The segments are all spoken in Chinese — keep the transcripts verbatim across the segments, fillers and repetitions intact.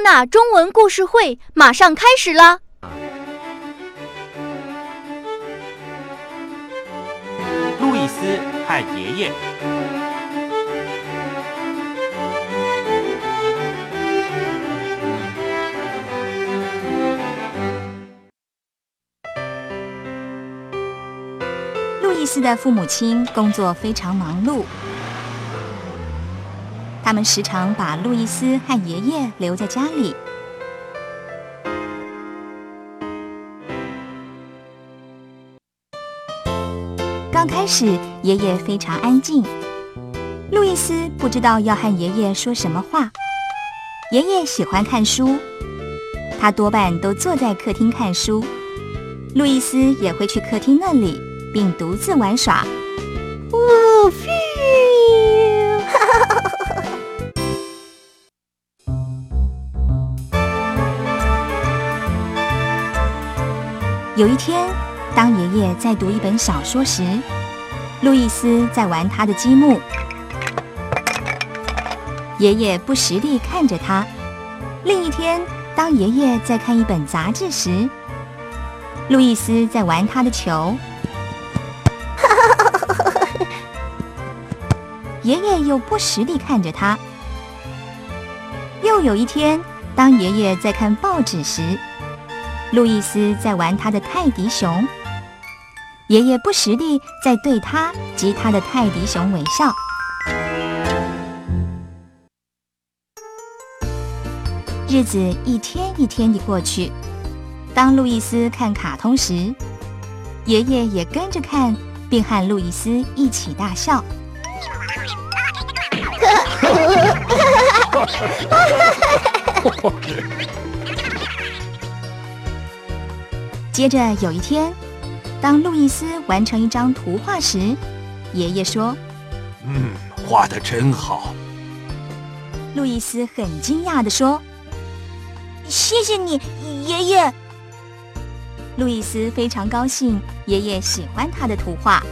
纳中文故事会马上开始啦！ 路易斯和爷爷。 路易斯的父母亲工作非常忙碌，他们时常把路易斯和爷爷留在家里。刚开始，爷爷非常安静，路易斯不知道要和爷爷说什么话。爷爷喜欢看书，他多半都坐在客厅看书，路易斯也会去客厅那里，并独自玩耍。呜呼！有一天，当爷爷在读一本小说时，路易斯在玩他的积木。爷爷不时地看着他。另一天，当爷爷在看一本杂志时，路易斯在玩他的球。爷爷又不时地看着他。又有一天，当爷爷在看报纸时，路易斯在玩他的泰迪熊。爷爷不时地在对他及他的泰迪熊微笑。日子一天一天地过去，当路易斯看卡通时，爷爷也跟着看，并和路易斯一起大笑。接着有一天，当路易斯完成一张图画时，爷爷说：“ 嗯，画得真好。” 路易斯很惊讶地说：“谢谢你，爷爷。”路易斯非常高兴，爷爷喜欢他的图画。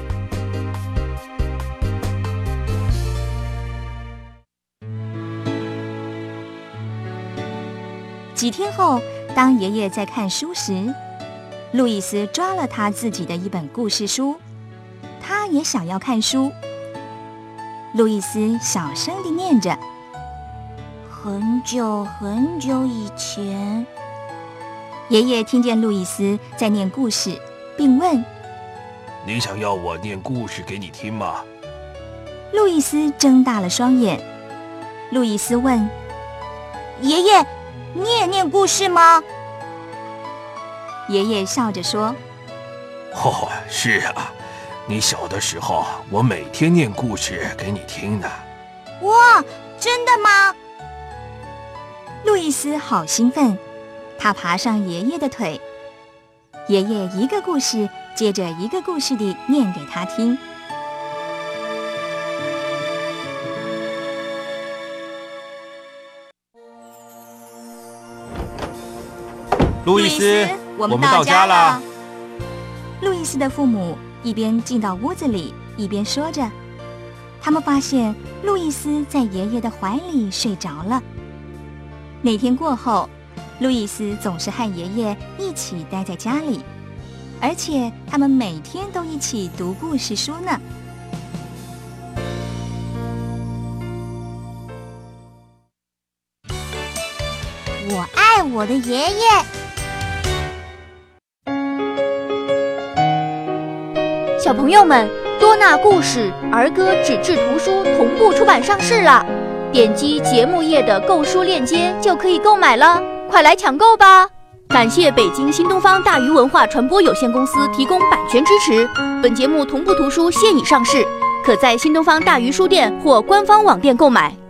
几天后，当爷爷在看书时，路易斯抓了他自己的一本故事书，他也想要看书。路易斯小声地念着：“很久很久以前。”爷爷听见路易斯在念故事，并问：“ 你想要我念故事给你听吗？” 路易斯睁大了双眼。路易斯问：“爷爷，你也念故事吗？”爷爷笑着说：“ 哦，是啊，你小的时候，我每天念故事给你听呢。” 哇，真的吗？路易斯好兴奋，他爬上爷爷的腿。爷爷一个故事接着一个故事地念给他听。 路易斯， 我们到家了。路易斯的父母一边进到屋子里，一边说着。他们发现路易斯在爷爷的怀里睡着了。那天过后，路易斯总是和爷爷一起待在家里，而且他们每天都一起读故事书呢。我爱我的爷爷。 小朋友们，多纳故事儿歌纸质图书同步出版上市了，点击节目页的购书链接就可以购买了，快来抢购吧！感谢北京新东方大鱼文化传播有限公司提供版权支持，本节目同步图书现已上市，可在新东方大鱼书店或官方网店购买。